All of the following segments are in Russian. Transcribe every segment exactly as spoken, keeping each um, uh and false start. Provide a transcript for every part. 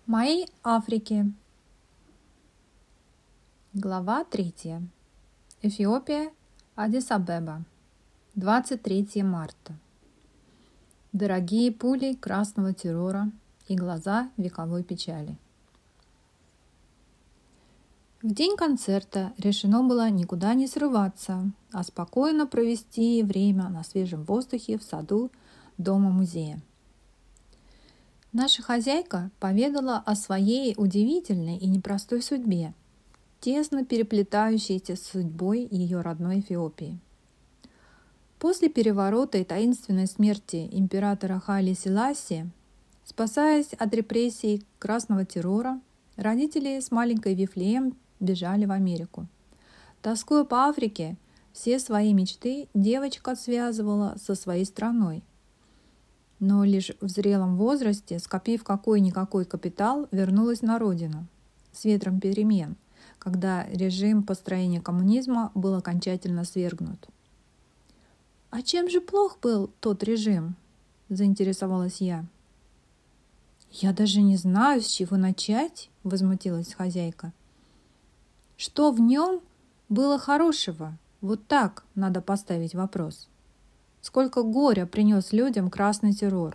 Мои Африки. Глава третья. Эфиопия, Аддис-Абеба. двадцать третьего марта. Дорогие пули красного террора и глаза вековой печали. В день концерта решено было никуда не срываться, а спокойно провести время на свежем воздухе в саду дома-музея. Наша хозяйка поведала о своей удивительной и непростой судьбе, тесно переплетающейся с судьбой ее родной Эфиопии. После переворота и таинственной смерти императора Хайли Селасси, спасаясь от репрессий красного террора, родители с маленькой Вифлеем бежали в Америку. Тоскуя по Африке, все свои мечты девочка связывала со своей страной. Но лишь в зрелом возрасте, скопив какой-никакой капитал, вернулась на родину с ветром перемен, когда режим построения коммунизма был окончательно свергнут. «А чем же плох был тот режим?» – заинтересовалась я. «Я даже не знаю, с чего начать», – возмутилась хозяйка. «Что в нем было хорошего? Вот так надо поставить вопрос. Сколько горя принес людям красный террор.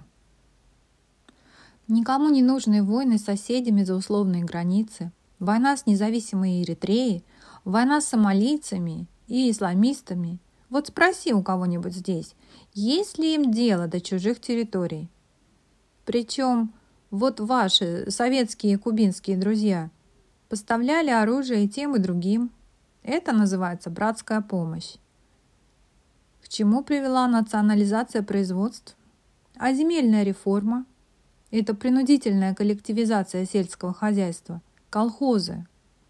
Никому не нужные войны с соседями за условные границы, война с независимой Эритреей, война с сомалийцами и исламистами. Вот спроси у кого-нибудь здесь, есть ли им дело до чужих территорий. Причем вот ваши советские и кубинские друзья поставляли оружие и тем, и другим. Это называется братская помощь. К чему привела национализация производств? А земельная реформа? Это принудительная коллективизация сельского хозяйства, колхозы.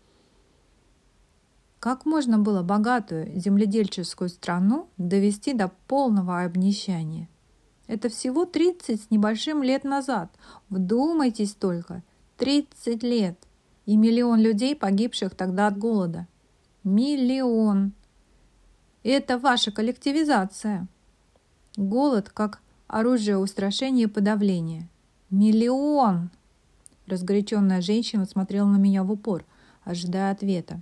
Как можно было богатую земледельческую страну довести до полного обнищания? Это всего тридцать с небольшим лет назад. Вдумайтесь только, тридцать лет и миллион людей, погибших тогда от голода. Миллион. Это ваша коллективизация. Голод как оружие устрашения и подавления. Миллион! Разгоряченная женщина смотрела на меня в упор, ожидая ответа.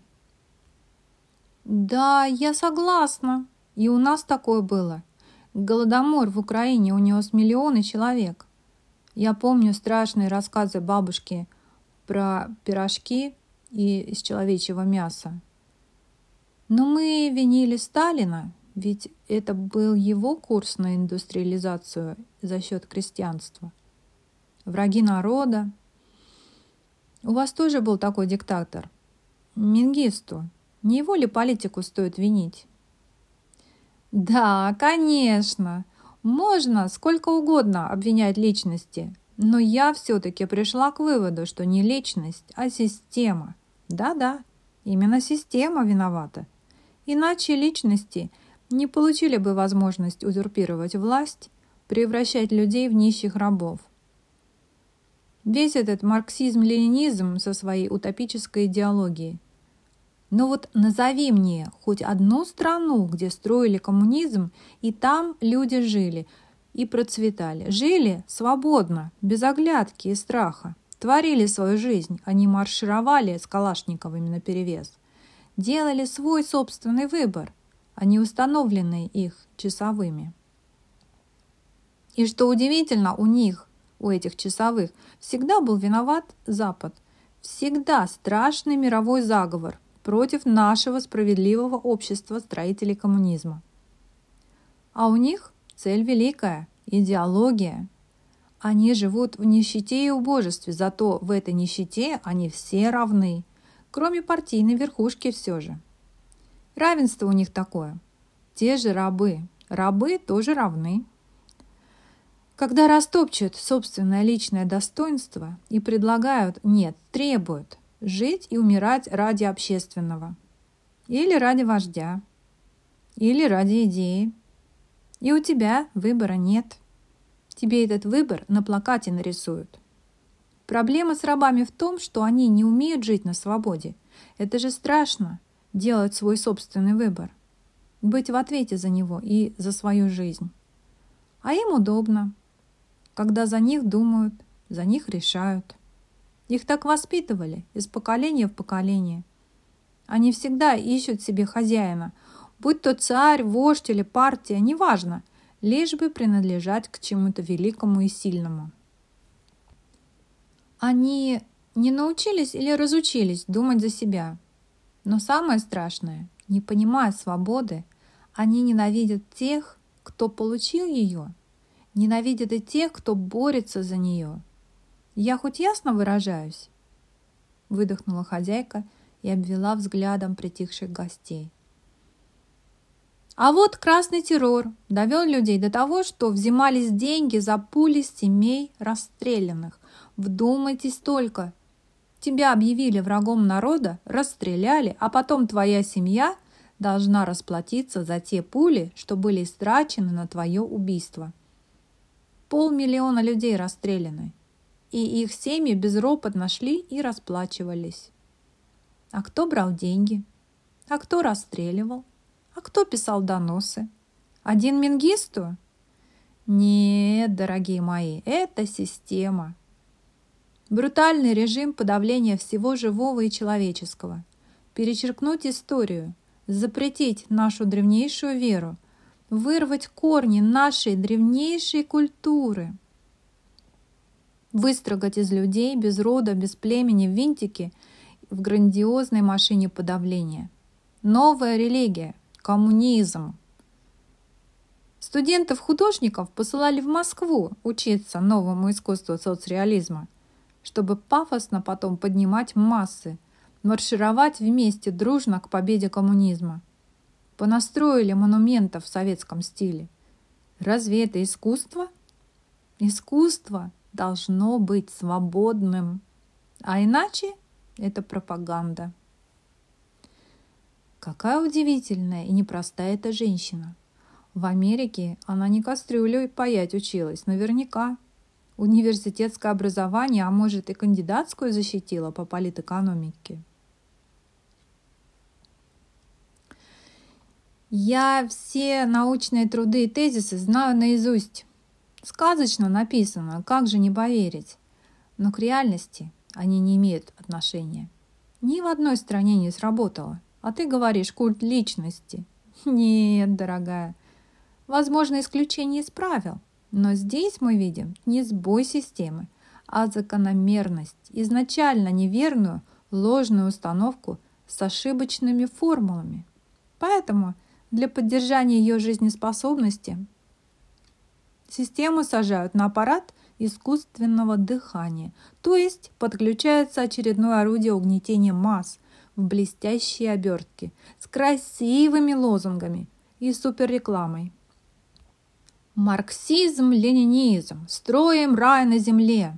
Да, я согласна. И у нас такое было. Голодомор в Украине унес миллионы человек. Я помню страшные рассказы бабушки про пирожки и из человечьего мяса. Но мы винили Сталина, ведь это был его курс на индустриализацию за счет крестьянства. Враги народа. У вас тоже был такой диктатор? Менгисту. Не его ли политику стоит винить? Да, конечно. Можно сколько угодно обвинять личности, но я все-таки пришла к выводу, что не личность, а система. Да-да, именно система виновата. Иначе личности не получили бы возможность узурпировать власть, превращать людей в нищих рабов. Весь этот марксизм-ленинизм со своей утопической идеологией. Но вот назови мне хоть одну страну, где строили коммунизм, и там люди жили и процветали. Жили свободно, без оглядки и страха. Творили свою жизнь, а не маршировали с калашниковыми наперевес. Делали свой собственный выбор, а не установленный их часовыми. И что удивительно, у них, у этих часовых, всегда был виноват Запад. Всегда страшный мировой заговор против нашего справедливого общества строителей коммунизма. А у них цель великая – идеология. Они живут в нищете и убожестве, зато в этой нищете они все равны. Кроме партийной верхушки все же. Равенство у них такое. Те же рабы. Рабы тоже равны. Когда растопчут собственное личное достоинство и предлагают, нет, требуют жить и умирать ради общественного. Или ради вождя. Или ради идеи. И у тебя выбора нет. Тебе этот выбор на плакате нарисуют. Проблема с рабами в том, что они не умеют жить на свободе. Это же страшно – делать свой собственный выбор. Быть в ответе за него и за свою жизнь. А им удобно, когда за них думают, за них решают. Их так воспитывали из поколения в поколение. Они всегда ищут себе хозяина, будь то царь, вождь или партия, неважно, лишь бы принадлежать к чему-то великому и сильному. Они не научились или разучились думать за себя. Но самое страшное, не понимая свободы, они ненавидят тех, кто получил ее, ненавидят и тех, кто борется за нее. Я хоть ясно выражаюсь? Выдохнула хозяйка и обвела взглядом притихших гостей. А вот красный террор довел людей до того, что взимались деньги за пули семей расстрелянных. Вдумайтесь только. Тебя объявили врагом народа, расстреляли, а потом твоя семья должна расплатиться за те пули, что были истрачены на твое убийство. Полмиллиона людей расстреляны, и их семьи безропотно шли и расплачивались. А кто брал деньги? А кто расстреливал? А кто писал доносы? Один Менгисту? Нет, дорогие мои, это система. Брутальный режим подавления всего живого и человеческого. Перечеркнуть историю, запретить нашу древнейшую веру, вырвать корни нашей древнейшей культуры, выстрогать из людей без рода, без племени винтики в грандиозной машине подавления. Новая религия – коммунизм. Студентов-художников посылали в Москву учиться новому искусству соцреализма, чтобы пафосно потом поднимать массы, маршировать вместе дружно к победе коммунизма. Понастроили монументов в советском стиле. Разве это искусство? Искусство должно быть свободным, а иначе это пропаганда. Какая удивительная и непростая эта женщина. В Америке она не кастрюлю паять училась, наверняка. Университетское образование, а может и кандидатскую защитила по политэкономике. Я все научные труды и тезисы знаю наизусть. Сказочно написано, как же не поверить. Но к реальности они не имеют отношения. Ни в одной стране не сработало. А ты говоришь культ личности. Нет, дорогая. Возможно, исключение из правил. Но здесь мы видим не сбой системы, а закономерность, изначально неверную, ложную установку с ошибочными формулами. Поэтому для поддержания ее жизнеспособности систему сажают на аппарат искусственного дыхания, то есть подключается очередное орудие угнетения масс в блестящей обертке с красивыми лозунгами и суперрекламой. Марксизм, ленинизм, строим рай на земле.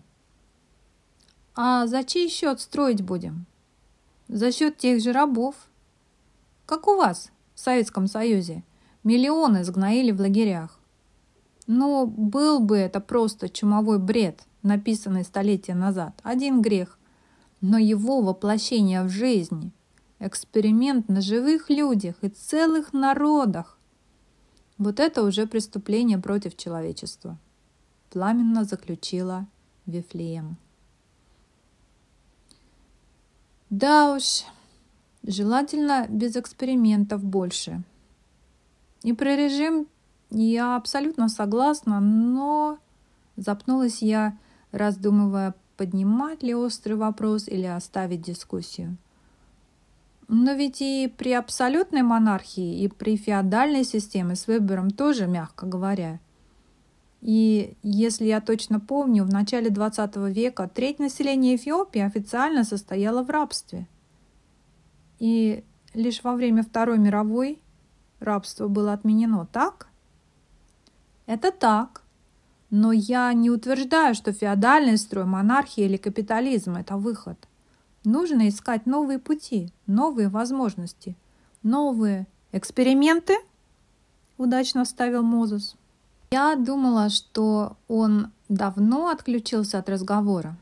А за чей счет строить будем? За счет тех же рабов. Как у вас в Советском Союзе миллионы сгноили в лагерях. Ну, был бы это просто чумовой бред, написанный столетия назад. Один грех. Но его воплощение в жизни, эксперимент на живых людях и целых народах, вот это уже преступление против человечества, пламенно заключила Вифлеем. Да уж, желательно без экспериментов больше. И про режим я абсолютно согласна, но запнулась я, раздумывая, поднимать ли острый вопрос или оставить дискуссию. Но ведь и при абсолютной монархии, и при феодальной системе с выбором тоже, мягко говоря. И если я точно помню, в начале двадцатого века треть населения Эфиопии официально состояла в рабстве. И лишь во время Второй мировой рабство было отменено, так? Это так. Но я не утверждаю, что феодальный строй, монархия или капитализм – это выход. Нужно искать новые пути, новые возможности, новые эксперименты, удачно вставил Мозес. Я думала, что он давно отключился от разговора.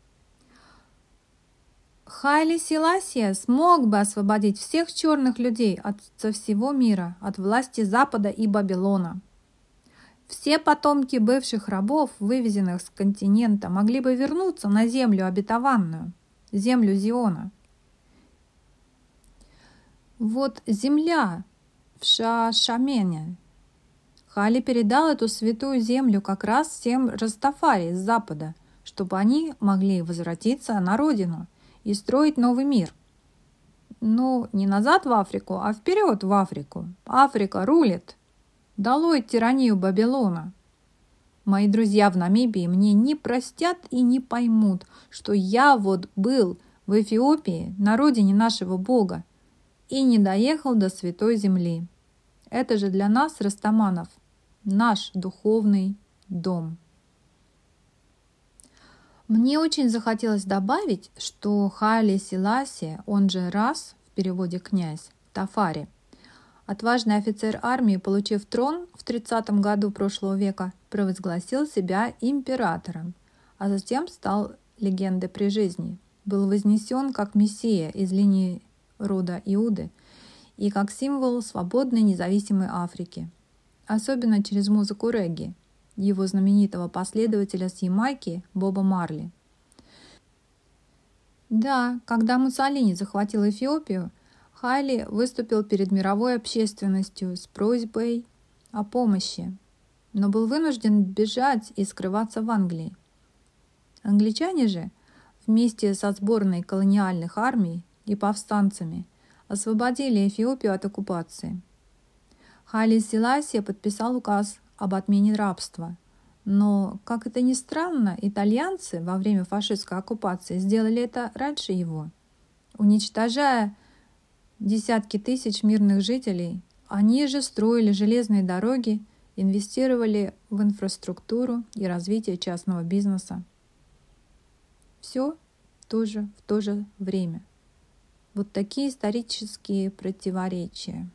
Хайли Селасия смог бы освободить всех черных людей от, со всего мира, от власти Запада и Вавилона. Все потомки бывших рабов, вывезенных с континента, могли бы вернуться на землю обетованную, землю Зиона. Вот земля в Шаашамене. Хали передал эту святую землю как раз всем растафари с запада, чтобы они могли возвратиться на родину и строить новый мир. Ну, не назад в Африку, а вперед в Африку. Африка рулит. Долой тиранию Вавилона. Мои друзья в Намибии мне не простят и не поймут, что я вот был в Эфиопии, на родине нашего Бога, и не доехал до Святой Земли. Это же для нас, растаманов, наш духовный дом. Мне очень захотелось добавить, что Хайли Селасия, он же Рас, в переводе «князь», Тафари, отважный офицер армии, получив трон в тридцатом году прошлого века, провозгласил себя императором, а затем стал легендой при жизни. Был вознесен как мессия из линии рода Иуды и как символ свободной независимой Африки, особенно через музыку регги, его знаменитого последователя с Ямайки Боба Марли. Да, когда Муссолини захватил Эфиопию, Хайли выступил перед мировой общественностью с просьбой о помощи, но был вынужден бежать и скрываться в Англии. Англичане же вместе со сборной колониальных армий и повстанцами освободили Эфиопию от оккупации. Хайли Селасия подписал указ об отмене рабства, но, как это ни странно, итальянцы во время фашистской оккупации сделали это раньше его, уничтожая десятки тысяч мирных жителей. Они же строили железные дороги, инвестировали в инфраструктуру и развитие частного бизнеса. Все тоже в то же время. Вот такие исторические противоречия.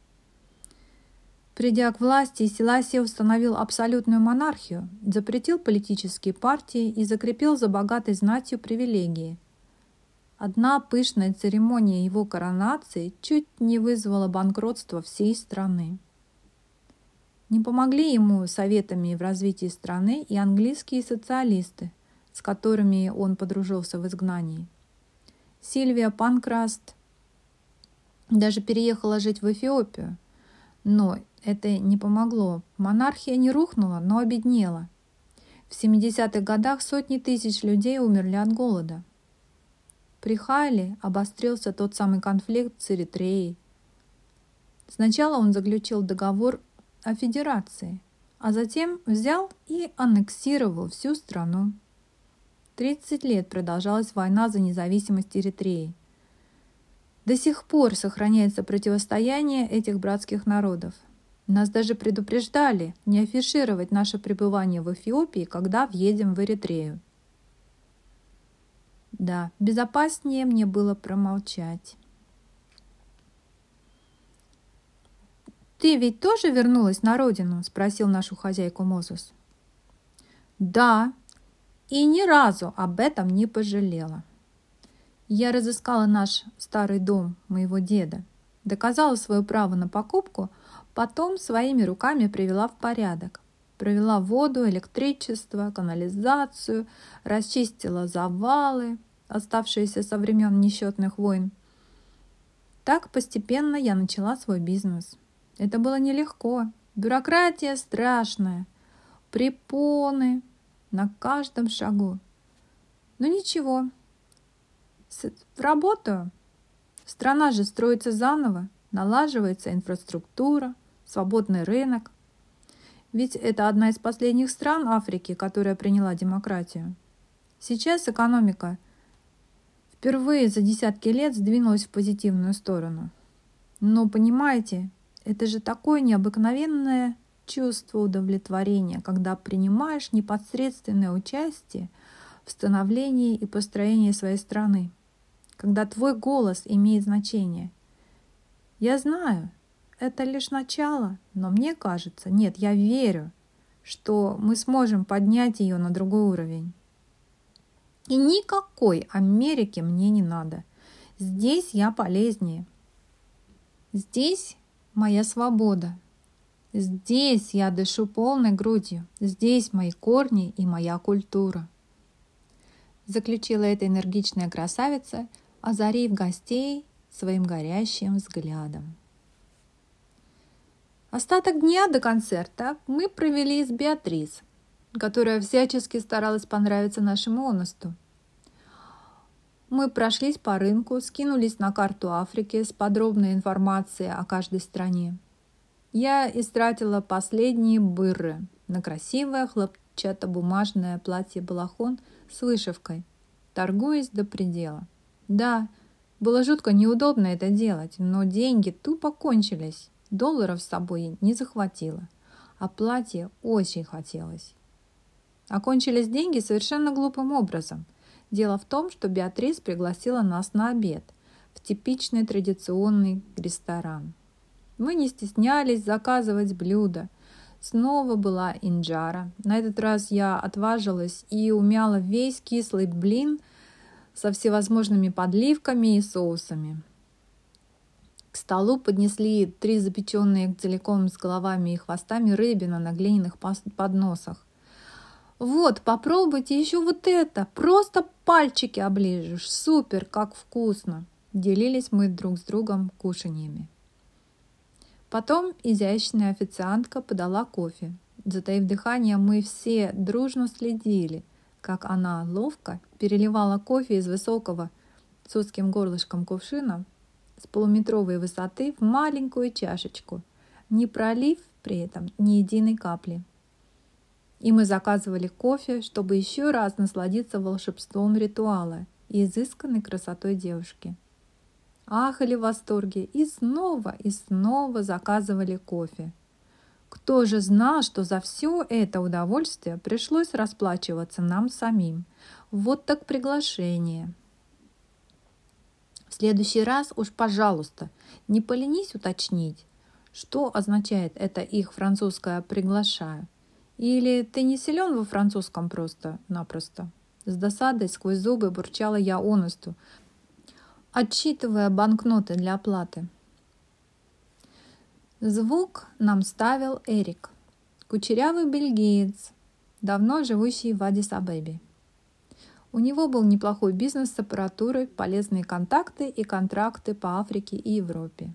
Придя к власти, Селасия установил абсолютную монархию, запретил политические партии и закрепил за богатой знатью привилегии. Одна пышная церемония его коронации чуть не вызвала банкротство всей страны. Не помогли ему советами в развитии страны и английские социалисты, с которыми он подружился в изгнании. Сильвия Панкраст даже переехала жить в Эфиопию, но это не помогло. Монархия не рухнула, но обеднела. В семидесятых годах сотни тысяч людей умерли от голода. При Хайле обострился тот самый конфликт с Эритреей. Сначала он заключил договор о федерации, а затем взял и аннексировал всю страну. тридцать лет продолжалась война за независимость Эритреи. До сих пор сохраняется противостояние этих братских народов. Нас даже предупреждали не афишировать наше пребывание в Эфиопии, когда въедем в Эритрею. Да, безопаснее мне было промолчать. «Ты ведь тоже вернулась на родину?» – спросил нашу хозяйку Мозес. «Да, и ни разу об этом не пожалела. Я разыскала наш старый дом моего деда, доказала свое право на покупку, потом своими руками привела в порядок. Провела воду, электричество, канализацию, расчистила завалы, оставшиеся со времен несчетных войн. Так постепенно я начала свой бизнес. Это было нелегко. Бюрократия страшная, препоны на каждом шагу. Но ничего, работаю. Страна же строится заново, налаживается инфраструктура, свободный рынок. Ведь это одна из последних стран Африки, которая приняла демократию. Сейчас экономика впервые за десятки лет сдвинулась в позитивную сторону. Но, понимаете, это же такое необыкновенное чувство удовлетворения, когда принимаешь непосредственное участие в становлении и построении своей страны, когда твой голос имеет значение. Я знаю, это лишь начало, но мне кажется, нет, я верю, что мы сможем поднять ее на другой уровень. И никакой Америки мне не надо. Здесь я полезнее. Здесь моя свобода. Здесь я дышу полной грудью, здесь мои корни и моя культура. Заключила эта энергичная красавица, озарив гостей своим горящим взглядом. Остаток дня до концерта мы провели с Беатрис, которая всячески старалась понравиться нашему Онесту. Мы прошлись по рынку, скинулись на карту Африки с подробной информацией о каждой стране. Я истратила последние бырры на красивое хлопчатобумажное платье-балахон с вышивкой, торгуясь до предела. Да, было жутко неудобно это делать, но деньги тупо кончились, долларов с собой не захватила, а платье очень хотелось. Окончились деньги совершенно глупым образом. Дело в том, что Беатрис пригласила нас на обед в типичный традиционный ресторан. Мы не стеснялись заказывать блюда. Снова была инджара. На этот раз я отважилась и умяла весь кислый блин со всевозможными подливками и соусами. К столу поднесли три запеченные целиком с головами и хвостами рыбина на глиняных подносах. «Вот, попробуйте еще вот это! Просто пальчики оближешь! Супер, как вкусно!» Делились мы друг с другом кушаньями. Потом изящная официантка подала кофе. Затаив дыхание, мы все дружно следили, как она ловко переливала кофе из высокого с узким горлышком кувшина с полуметровой высоты в маленькую чашечку, не пролив при этом ни единой капли. И мы заказывали кофе, чтобы еще раз насладиться волшебством ритуала и изысканной красотой девушки. Ахали в восторге и снова и снова заказывали кофе. Кто же знал, что за все это удовольствие пришлось расплачиваться нам самим? Вот так приглашение. В следующий раз уж, пожалуйста, не поленись уточнить, что означает это их французское «приглашаю». Или ты не силен во французском просто-напросто? С досадой сквозь зубы бурчала я Онесту, отсчитывая банкноты для оплаты. Звук нам ставил Эрик, кучерявый бельгиец, давно живущий в Аддис-Абебе. У него был неплохой бизнес с аппаратурой, полезные контакты и контракты по Африке и Европе.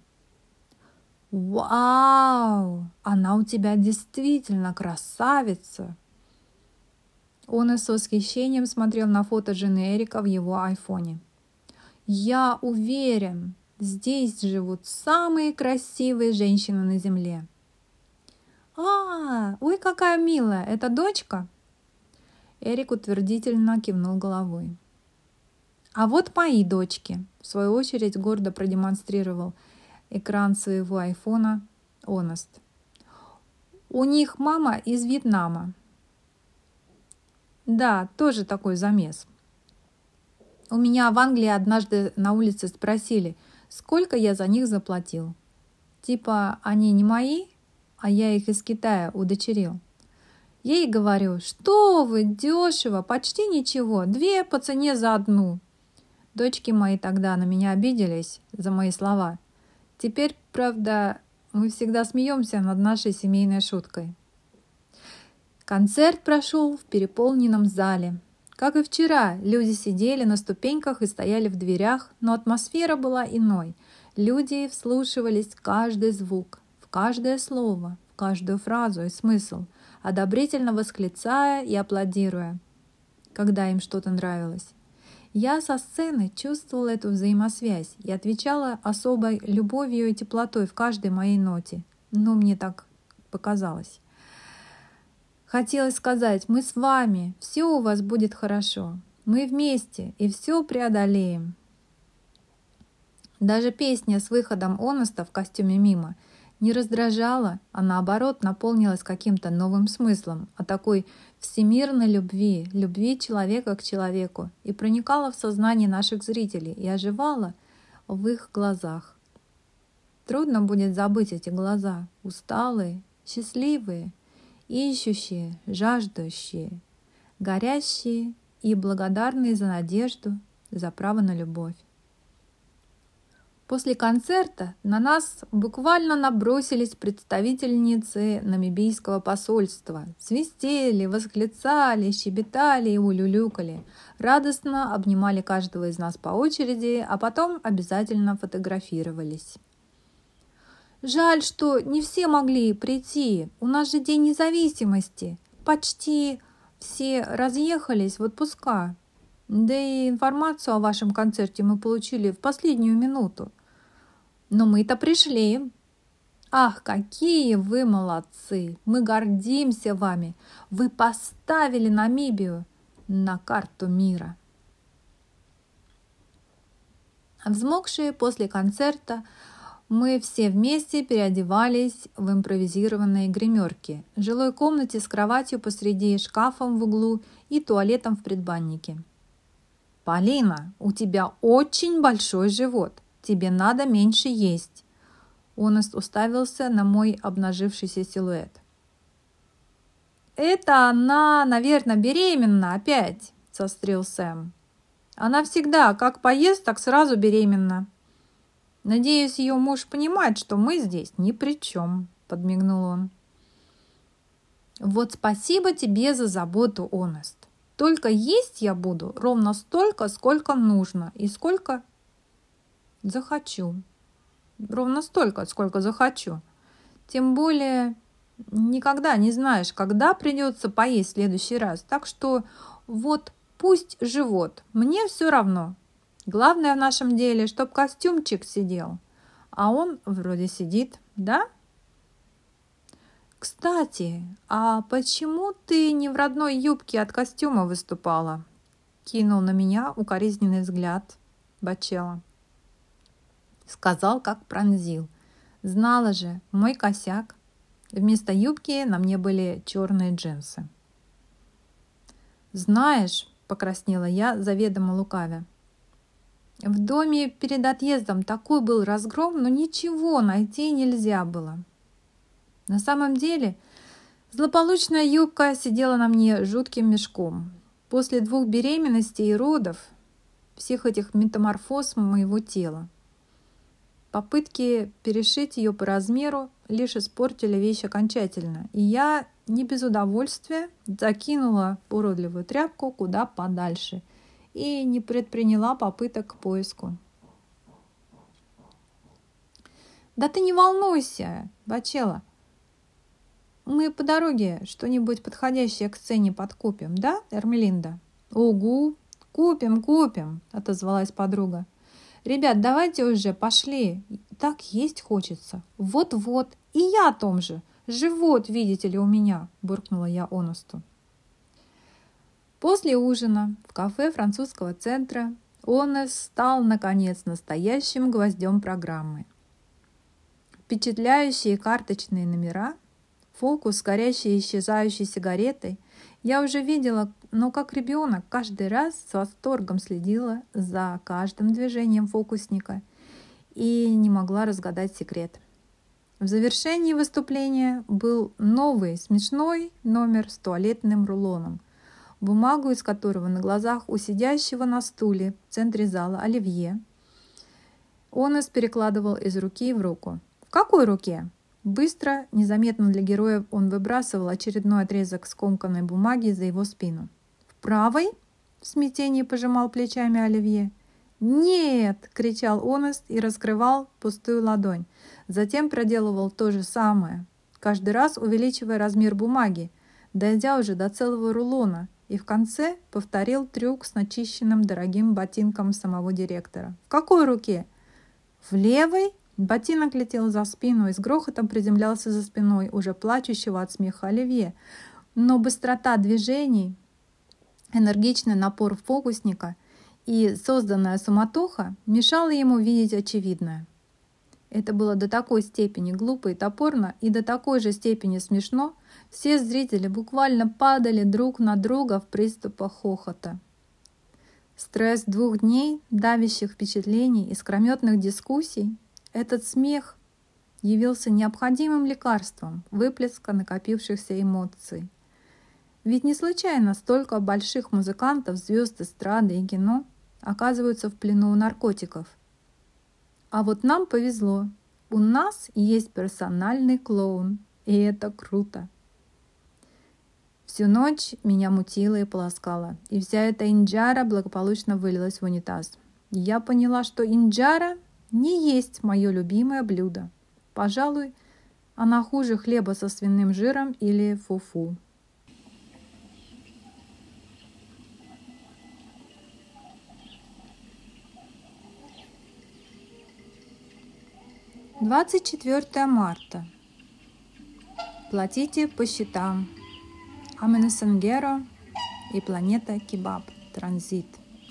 «Вау! Она у тебя действительно красавица!» Он и с восхищением смотрел на фото жены Эрика в его айфоне. «Я уверен, здесь живут самые красивые женщины на земле». «А, ой, какая милая! Это дочка?» Эрик утвердительно кивнул головой. «А вот мои дочки», в свою очередь гордо продемонстрировал экран своего айфона Онест. «У них мама из Вьетнама». «Да, тоже такой замес. У меня в Англии однажды на улице спросили, сколько я за них заплатил. Типа, они не мои, а я их из Китая удочерил. Я ей говорю, что вы, дешево, почти ничего, две по цене за одну». Дочки мои тогда на меня обиделись за мои слова. Теперь, правда, мы всегда смеемся над нашей семейной шуткой. Концерт прошел в переполненном зале. Как и вчера, люди сидели на ступеньках и стояли в дверях, но атмосфера была иной. Люди вслушивались в каждый звук, в каждое слово, в каждую фразу и смысл, одобрительно восклицая и аплодируя, когда им что-то нравилось. Я со сцены чувствовала эту взаимосвязь и отвечала особой любовью и теплотой в каждой моей ноте. Но мне так показалось. Хотелось сказать, мы с вами, все у вас будет хорошо. Мы вместе и все преодолеем. Даже песня с выходом Онеста в костюме мимо не раздражала, а наоборот наполнилась каким-то новым смыслом, о такой всемирной любви, любви человека к человеку, и проникала в сознание наших зрителей и оживала в их глазах. Трудно будет забыть эти глаза, усталые, счастливые, ищущие, жаждущие, горящие и благодарные за надежду, за право на любовь. После концерта на нас буквально набросились представительницы намибийского посольства. Свистели, восклицали, щебетали и улюлюкали. Радостно обнимали каждого из нас по очереди, а потом обязательно фотографировались. Жаль, что не все могли прийти. У нас же День независимости. Почти все разъехались в отпуска. Да и информацию о вашем концерте мы получили в последнюю минуту. Но мы-то пришли. Ах, какие вы молодцы! Мы гордимся вами. Вы поставили Намибию на карту мира. Взмокшие после концерта, мы все вместе переодевались в импровизированные гримерки, в жилой комнате с кроватью посреди, шкафом в углу и туалетом в предбаннике. «Полина, у тебя очень большой живот. Тебе надо меньше есть». Онест уставился на мой обнажившийся силуэт. «Это она, наверное, беременна опять», — сострил Сэм. «Она всегда как поест, так сразу беременна». «Надеюсь, ее муж понимает, что мы здесь ни при чем», — подмигнул он. «Вот спасибо тебе за заботу, Онест. Только есть я буду ровно столько, сколько нужно и сколько захочу. Ровно столько, сколько захочу. Тем более никогда не знаешь, когда придется поесть в следующий раз. Так что вот пусть живот, мне все равно. Главное в нашем деле, чтоб костюмчик сидел. А он вроде сидит, да? Кстати, а почему ты не в родной юбке от костюма выступала?» Кинул на меня укоризненный взгляд Бачелло. Сказал, как пронзил. Знала же, мой косяк. Вместо юбки на мне были черные джинсы. «Знаешь», — покраснела я, заведомо лукавя, «в доме перед отъездом такой был разгром, но ничего найти нельзя было». На самом деле, злополучная юбка сидела на мне жутким мешком. После двух беременностей и родов, всех этих метаморфоз моего тела, попытки перешить ее по размеру лишь испортили вещь окончательно, и я не без удовольствия закинула уродливую тряпку куда подальше и не предприняла попыток к поиску. «Да ты не волнуйся, Бачелло. Мы по дороге что-нибудь подходящее к сцене подкупим, да, Эрмелинда?» «Угу, купим, купим», — отозвалась подруга. «Ребят, давайте уже пошли. Так есть хочется». «Вот-вот, и я о том же. Живот, видите ли, у меня», — буркнула я Онесту. После ужина в кафе французского центра Онест стал, наконец, настоящим гвоздем программы. Впечатляющие карточные номера, фокус с горящей и исчезающей сигаретой я уже видела, но как ребенок каждый раз с восторгом следила за каждым движением фокусника и не могла разгадать секрет. В завершении выступления был новый смешной номер с туалетным рулоном, бумагу из которого на глазах у сидящего на стуле в центре зала Оливье Онест перекладывал из руки в руку. «В какой руке?» Быстро, незаметно для героя, он выбрасывал очередной отрезок скомканной бумаги за его спину. «В правой?» — в смятении пожимал плечами Оливье. «Нет!» — кричал Онест и раскрывал пустую ладонь. Затем проделывал то же самое, каждый раз увеличивая размер бумаги, дойдя уже до целого рулона, и в конце повторил трюк с начищенным дорогим ботинком самого директора. «В какой руке?» «В левой?» Ботинок летел за спину и с грохотом приземлялся за спиной уже плачущего от смеха Оливье. Но быстрота движений, энергичный напор фокусника и созданная суматоха мешала ему видеть очевидное. Это было до такой степени глупо и топорно, и до такой же степени смешно, все зрители буквально падали друг на друга в приступах хохота. Стресс двух дней, давящих впечатлений, искрометных дискуссий, этот смех явился необходимым лекарством выплеска накопившихся эмоций. Ведь не случайно столько больших музыкантов, звезд эстрады и кино оказываются в плену у наркотиков. А вот нам повезло. У нас есть персональный клоун, и это круто. Всю ночь меня мутило и полоскало, и вся эта инджара благополучно вылилась в унитаз. Я поняла, что инджара не есть мое любимое блюдо. Пожалуй, она хуже хлеба со свиным жиром или фуфу. двадцать четвёртое марта. Платите по счетам. Амина Сангеро и планета Кебаб. Транзит.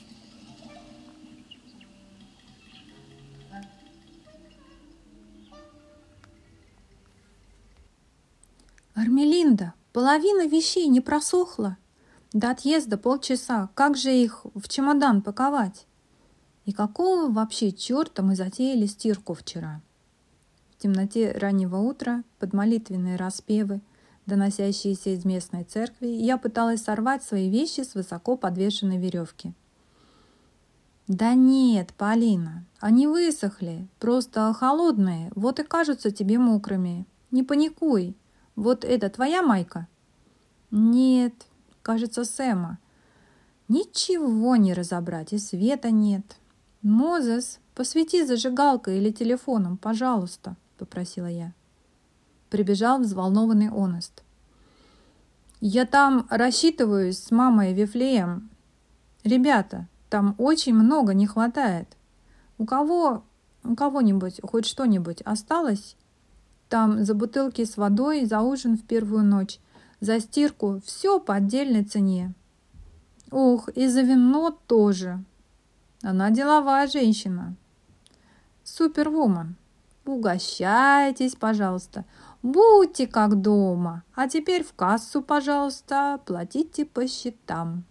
Армелинда, половина вещей не просохла. До отъезда полчаса. Как же их в чемодан паковать? И какого вообще черта мы затеяли стирку вчера? В темноте раннего утра, под молитвенные распевы, доносящиеся из местной церкви, я пыталась сорвать свои вещи с высоко подвешенной веревки. Да нет, Полина, они высохли, просто холодные, вот и кажутся тебе мокрыми. Не паникуй. Вот это твоя майка? Нет, кажется, Сэма. Ничего не разобрать, и света нет. Мозес, посвети зажигалкой или телефоном, пожалуйста, попросила я. Прибежал взволнованный Онест. Я там рассчитываюсь с мамой Вифлеем. Ребята, там очень много не хватает. У кого, у кого-нибудь хоть что-нибудь осталось? Там за бутылки с водой, за ужин в первую ночь, за стирку, все по отдельной цене. Ох, и за вино тоже. Она деловая женщина. Супервумен. Угощайтесь, пожалуйста. Будьте как дома. А теперь в кассу, пожалуйста, платите по счетам.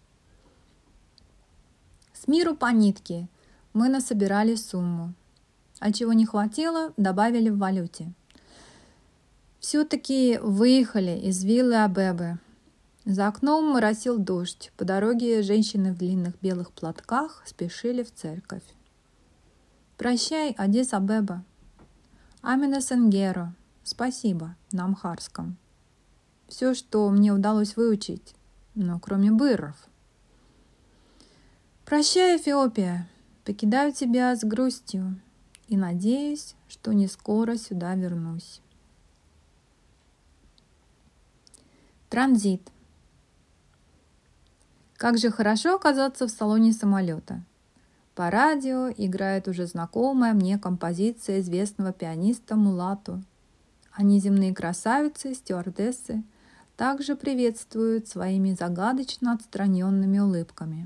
С миру по нитке мы насобирали сумму. А чего не хватило, добавили в валюте. Все-таки выехали из виллы Абебы. За окном моросил дождь. По дороге женщины в длинных белых платках спешили в церковь. Прощай, Аддис-Абеба. Амина Сангеро. Спасибо на амхарском. Все, что мне удалось выучить, но кроме быров. Прощай, Эфиопия. Покидаю тебя с грустью и надеюсь, что не скоро сюда вернусь. Транзит. Как же хорошо оказаться в салоне самолета. По радио играет уже знакомая мне композиция известного пианиста Мулату. А неземные красавицы, стюардессы, также приветствуют своими загадочно отстраненными улыбками.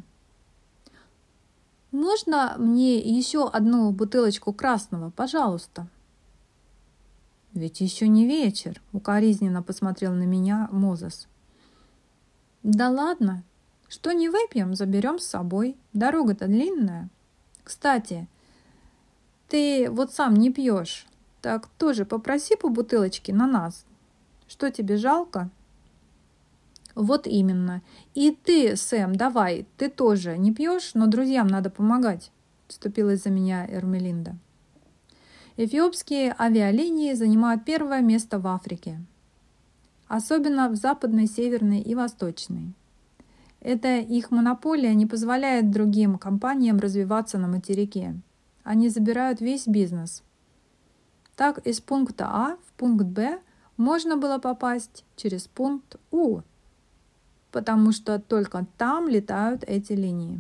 «Можно мне еще одну бутылочку красного, пожалуйста?» «Ведь еще не вечер», — укоризненно посмотрел на меня Мозес. «Да ладно, что не выпьем, заберем с собой. Дорога-то длинная. Кстати, ты вот сам не пьешь, так тоже попроси по бутылочке на нас. Что, тебе жалко?» «Вот именно. И ты, Сэм, давай, ты тоже не пьешь, но друзьям надо помогать», — вступилась за меня Эрмелинда. Эфиопские авиалинии занимают первое место в Африке, особенно в западной, северной и восточной. Эта их монополия не позволяет другим компаниям развиваться на материке. Они забирают весь бизнес. Так из пункта А в пункт Б можно было попасть через пункт У, потому что только там летают эти линии.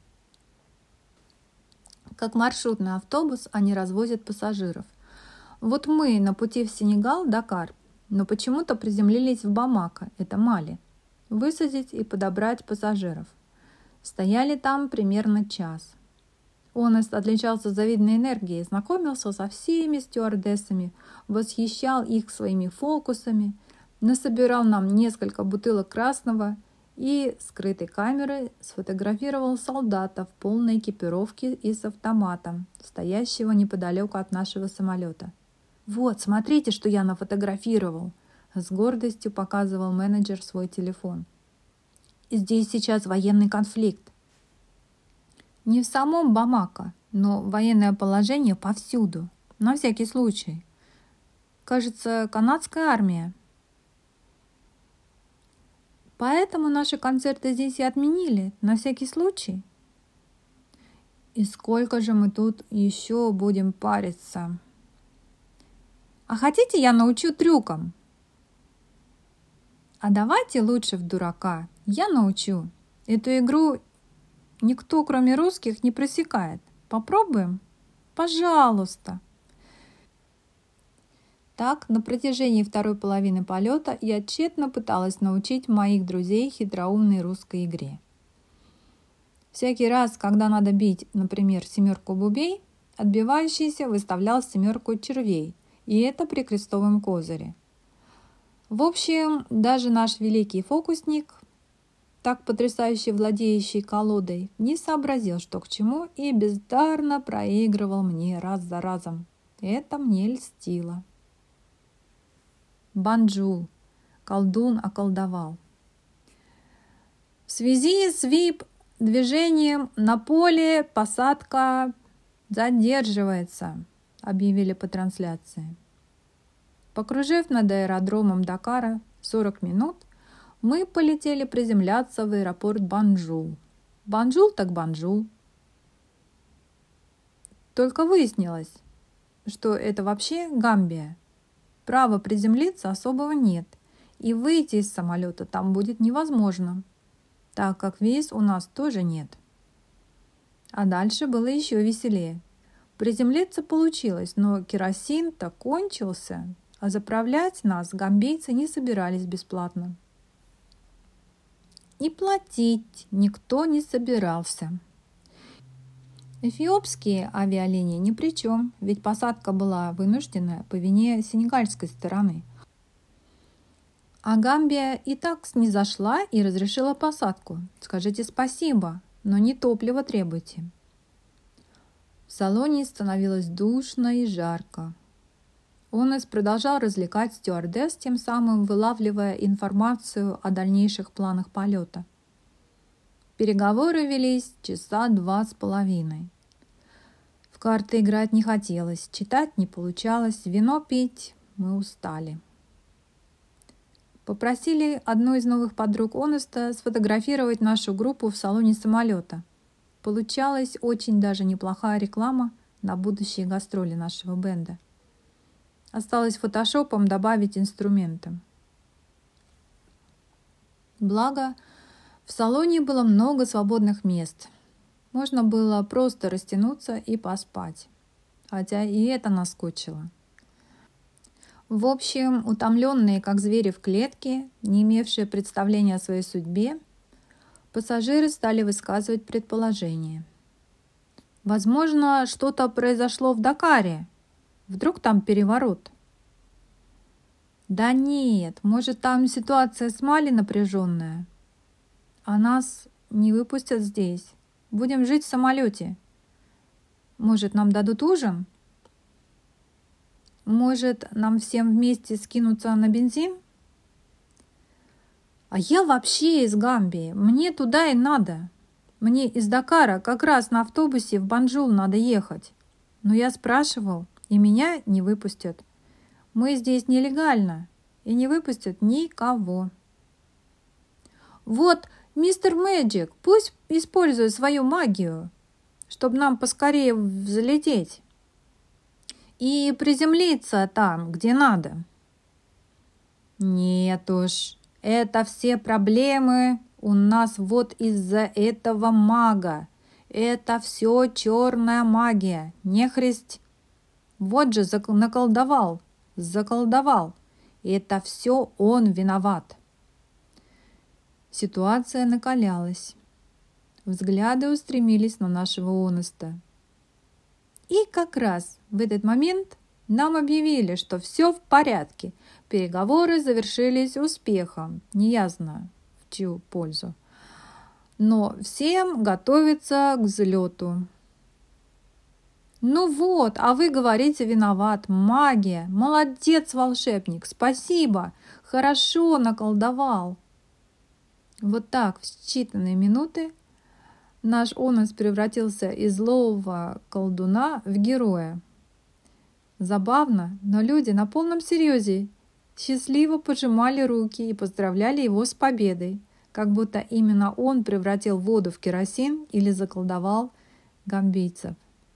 Как маршрутный автобус они развозят пассажиров. Вот мы на пути в Сенегал, Дакар, но почему-то приземлились в Бамако, это Мали, высадить и подобрать пассажиров. Стояли там примерно час. Онест отличался завидной энергией, знакомился со всеми стюардессами, восхищал их своими фокусами, насобирал нам несколько бутылок красного и скрытой камерой сфотографировал солдата в полной экипировке и с автоматом, стоящего неподалеку от нашего самолета. «Вот, смотрите, что я нафотографировал!» С гордостью показывал менеджер свой телефон. «Здесь сейчас военный конфликт». Не в самом Бамако, Но военное положение повсюду, на всякий случай. Кажется, канадская армия. Поэтому наши концерты здесь и отменили, на всякий случай. И сколько же мы тут еще будем париться? А хотите, я научу трюкам? А давайте лучше в дурака. Я научу. Эту игру никто, кроме русских, не просекает. Попробуем? Пожалуйста. Так, на протяжении второй половины полета я тщетно пыталась научить моих друзей хитроумной русской игре. Всякий раз, когда надо бить, например, семерку бубей, отбивающийся выставлял семерку червей, и это при крестовом козыре. В общем, даже наш великий фокусник, так потрясающе владеющий колодой, не сообразил, что к чему, и бездарно проигрывал мне раз за разом. Это мне льстило. Банджул. Колдун околдовал. В связи с вип-движением на поле посадка задерживается, объявили по трансляции. Покружив над аэродромом Дакара сорок минут, мы полетели приземляться в аэропорт Банджул. Банджул так Банджул. Только выяснилось, что это вообще Гамбия. Права приземлиться особого нет, и выйти из самолета там будет невозможно, так как виз у нас тоже нет. А дальше было еще веселее. Приземлиться получилось, но керосин-то кончился, а заправлять нас гамбийцы не собирались бесплатно. И платить никто не собирался. Эфиопские авиалинии ни при чем, ведь посадка была вынужденная по вине сенегальской стороны. А Гамбия и так снизошла и разрешила посадку. Скажите спасибо, но не топливо требуйте. В салоне становилось душно и жарко. Онес продолжал развлекать стюардесс, тем самым вылавливая информацию о дальнейших планах полета. Переговоры велись часа два с половиной. В карты играть не хотелось, читать не получалось, вино пить мы устали. Попросили одну из новых подруг Онеста сфотографировать нашу группу в салоне самолета. Получалась очень даже неплохая реклама на будущие гастроли нашего бенда. Осталось фотошопом добавить инструменты. Благо, в салоне было много свободных мест. Можно было просто растянуться и поспать. Хотя и это наскучило. В общем, утомленные, как звери в клетке, не имевшие представления о своей судьбе, пассажиры стали высказывать предположения. Возможно, что-то произошло в Дакаре. Вдруг там переворот? Да нет, может, там ситуация с Мали напряженная. А нас не выпустят здесь. Будем жить в самолете. Может, нам дадут ужин? Может, нам всем вместе скинуться на бензин? А я вообще из Гамбии. Мне туда и надо. Мне из Дакара как раз на автобусе в Банджул надо ехать. Но я спрашивал, и меня не выпустят. Мы здесь нелегально, и не выпустят никого. Вот мистер Мэджик, пусть использует свою магию, чтобы нам поскорее взлететь и приземлиться там, где надо. Нет уж, это все проблемы у нас вот из-за этого мага. Это все черная магия, нехристь. Вот же наколдовал, заколдовал. Это все он виноват. Ситуация накалялась. Взгляды устремились на нашего Онеста. И как раз в этот момент нам объявили, что все в порядке. Переговоры завершились успехом, неясно в чью пользу. Но всем готовиться к взлету. Ну вот, а вы говорите, виноват. Магия. Молодец, волшебник. Спасибо. Хорошо наколдовал. Вот так в считанные минуты Наш Онос превратился из злого колдуна в героя. Забавно, но люди на полном серьезе счастливо пожимали руки и поздравляли его с победой, как будто именно он превратил воду в керосин или заколдовал гамбийцев.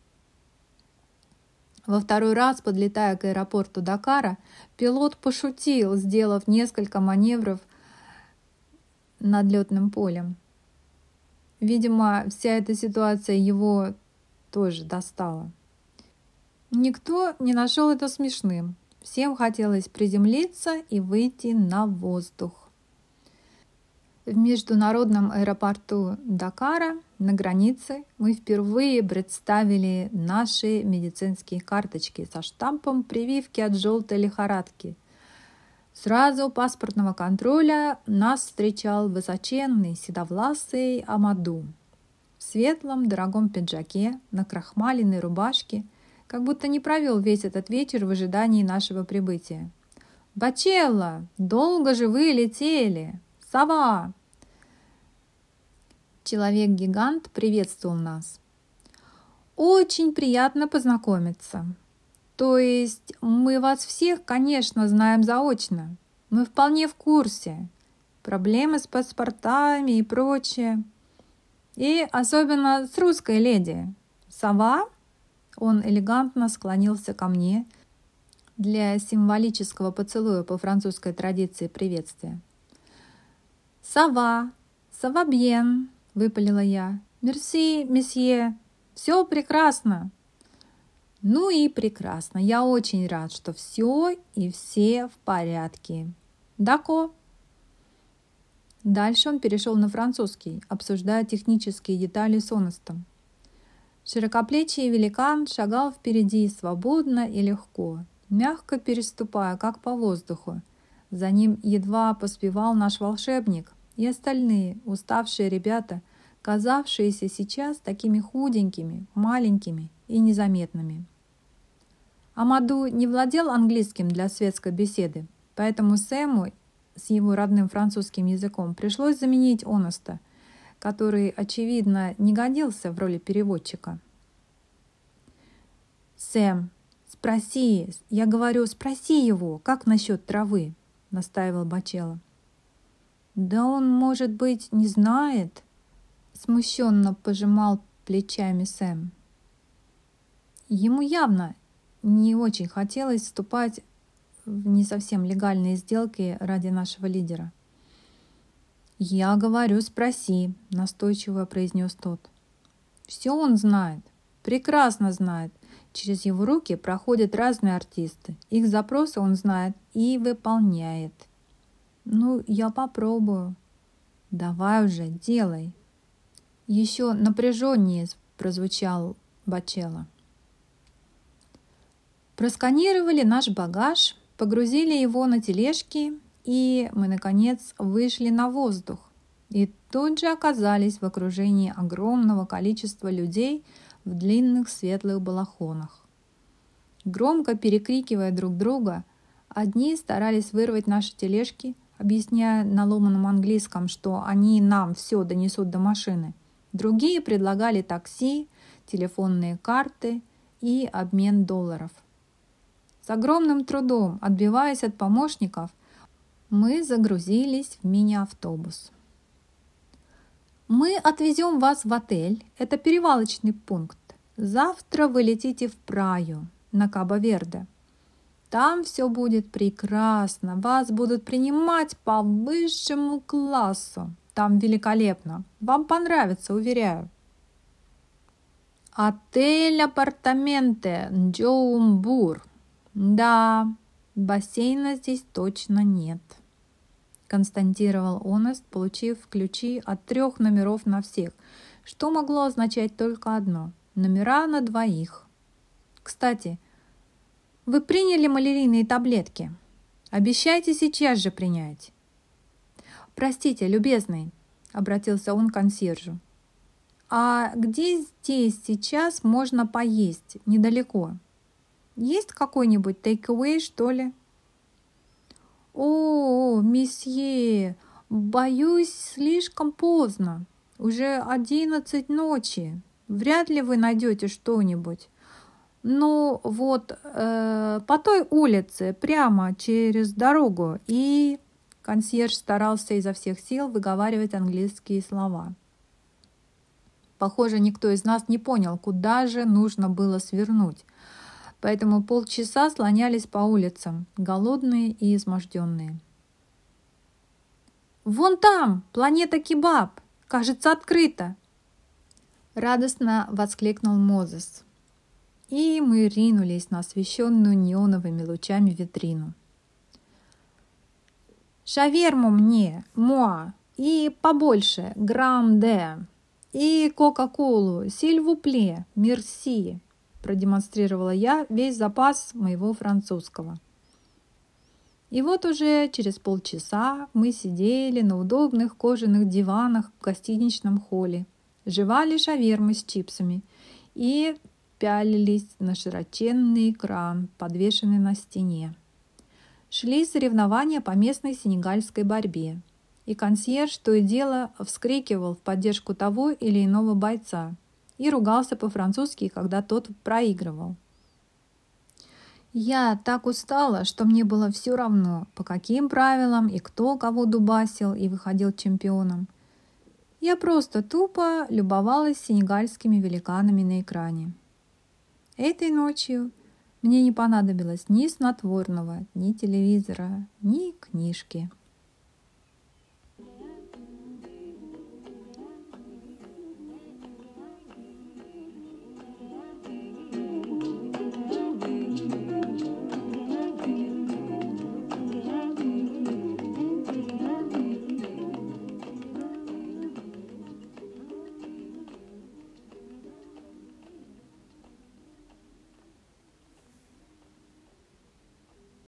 Во второй раз, подлетая к аэропорту Дакара, пилот пошутил, сделав несколько маневров над летным полем. Видимо, вся эта ситуация его тоже достала. Никто не нашел это смешным. Всем хотелось приземлиться и выйти на воздух. В международном аэропорту Дакара на границе мы впервые представили наши медицинские карточки со штампом прививки от желтой лихорадки. Сразу у паспортного контроля нас встречал высоченный седовласый Амаду в светлом дорогом пиджаке, на крахмаленной рубашке, как будто не провел весь этот вечер в ожидании нашего прибытия. «Бачелло! Долго же вы летели! Сова!» Человек-гигант приветствовал нас. «Очень приятно познакомиться. То есть мы вас всех, конечно, знаем заочно. Мы вполне в курсе. Проблемы с паспортами и прочее. И особенно с русской леди. Сова?» Он элегантно склонился ко мне для символического поцелуя по французской традиции приветствия. «Сова! Сава бьен!» — выпалила я. «Мерси, месье! Все прекрасно!» «Ну и прекрасно! Я очень рад, что все и все в порядке. Дако!» Дальше он перешел на французский, обсуждая технические детали с Онестом. Широкоплечий великан шагал впереди свободно и легко, мягко переступая, как по воздуху. За ним едва поспевал наш волшебник и остальные уставшие ребята, казавшиеся сейчас такими худенькими, маленькими и незаметными. Амаду не владел английским для светской беседы, поэтому Сэму с его родным французским языком пришлось заменить Онеста, который, очевидно, не годился в роли переводчика. «Сэм, спроси, я говорю, спроси его, как насчет травы?» — настаивал Бачелло. «Да он, может быть, не знает?» — смущенно пожимал плечами Сэм. Ему явно не очень хотелось вступать в не совсем легальные сделки ради нашего лидера. «Я говорю, спроси», — настойчиво произнес тот. «Все он знает, прекрасно знает. Через его руки проходят разные артисты. Их запросы он знает и выполняет». «Ну, я попробую». «Давай уже, делай». Еще напряженнее прозвучал Бачелло. Просканировали наш багаж, погрузили его на тележки, и мы, наконец, вышли на воздух. И тут же оказались в окружении огромного количества людей в длинных светлых балахонах. Громко перекрикивая друг друга, одни старались вырвать наши тележки, объясняя на ломаном английском, что они нам все донесут до машины. Другие предлагали такси, телефонные карты и обмен долларов. С огромным трудом, отбиваясь от помощников, мы загрузились в мини-автобус. «Мы отвезем вас в отель. Это перевалочный пункт. Завтра вы летите в Праю, на Кабо-Верде. Там все будет прекрасно. Вас будут принимать по высшему классу. Там великолепно. Вам понравится, уверяю». «Отель апартаменте Нджоумбур. Да, бассейна здесь точно нет», — констатировал Онест, получив ключи от трех номеров на всех, что могло означать только одно — номера на двоих. «Кстати, вы приняли малярийные таблетки? Обещайте сейчас же принять». «Простите, любезный», — обратился он к консьержу. «А где здесь сейчас можно поесть, недалеко? Есть какой-нибудь take-away, что ли?» «О, месье, боюсь, слишком поздно. Уже одиннадцать ночи. Вряд ли вы найдете что-нибудь. Ну вот э, по той улице, прямо через дорогу». И консьерж старался изо всех сил выговаривать английские слова. Похоже, никто из нас не понял, куда же нужно было свернуть. Поэтому полчаса слонялись по улицам, голодные и изможденные. «Вон там, планета Кебаб! Кажется, открыта!» Радостно воскликнул Мозес. И мы ринулись на освещенную неоновыми лучами витрину. «Шаверму мне, моа, и побольше, грам-де, и кока-колу, сильвупле, мерси», продемонстрировала я весь запас моего французского. И вот уже через полчаса мы сидели на удобных кожаных диванах в гостиничном холле, жевали шавермы с чипсами и пялились на широченный экран, подвешенный на стене. Шли соревнования по местной сенегальской борьбе, и консьерж то и дело вскрикивал в поддержку того или иного бойца и ругался по-французски, когда тот проигрывал. Я так устала, что мне было все равно, по каким правилам и кто кого дубасил и выходил чемпионом. Я просто тупо любовалась сенегальскими великанами на экране. Этой ночью мне не понадобилось ни снотворного, ни телевизора, ни книжки.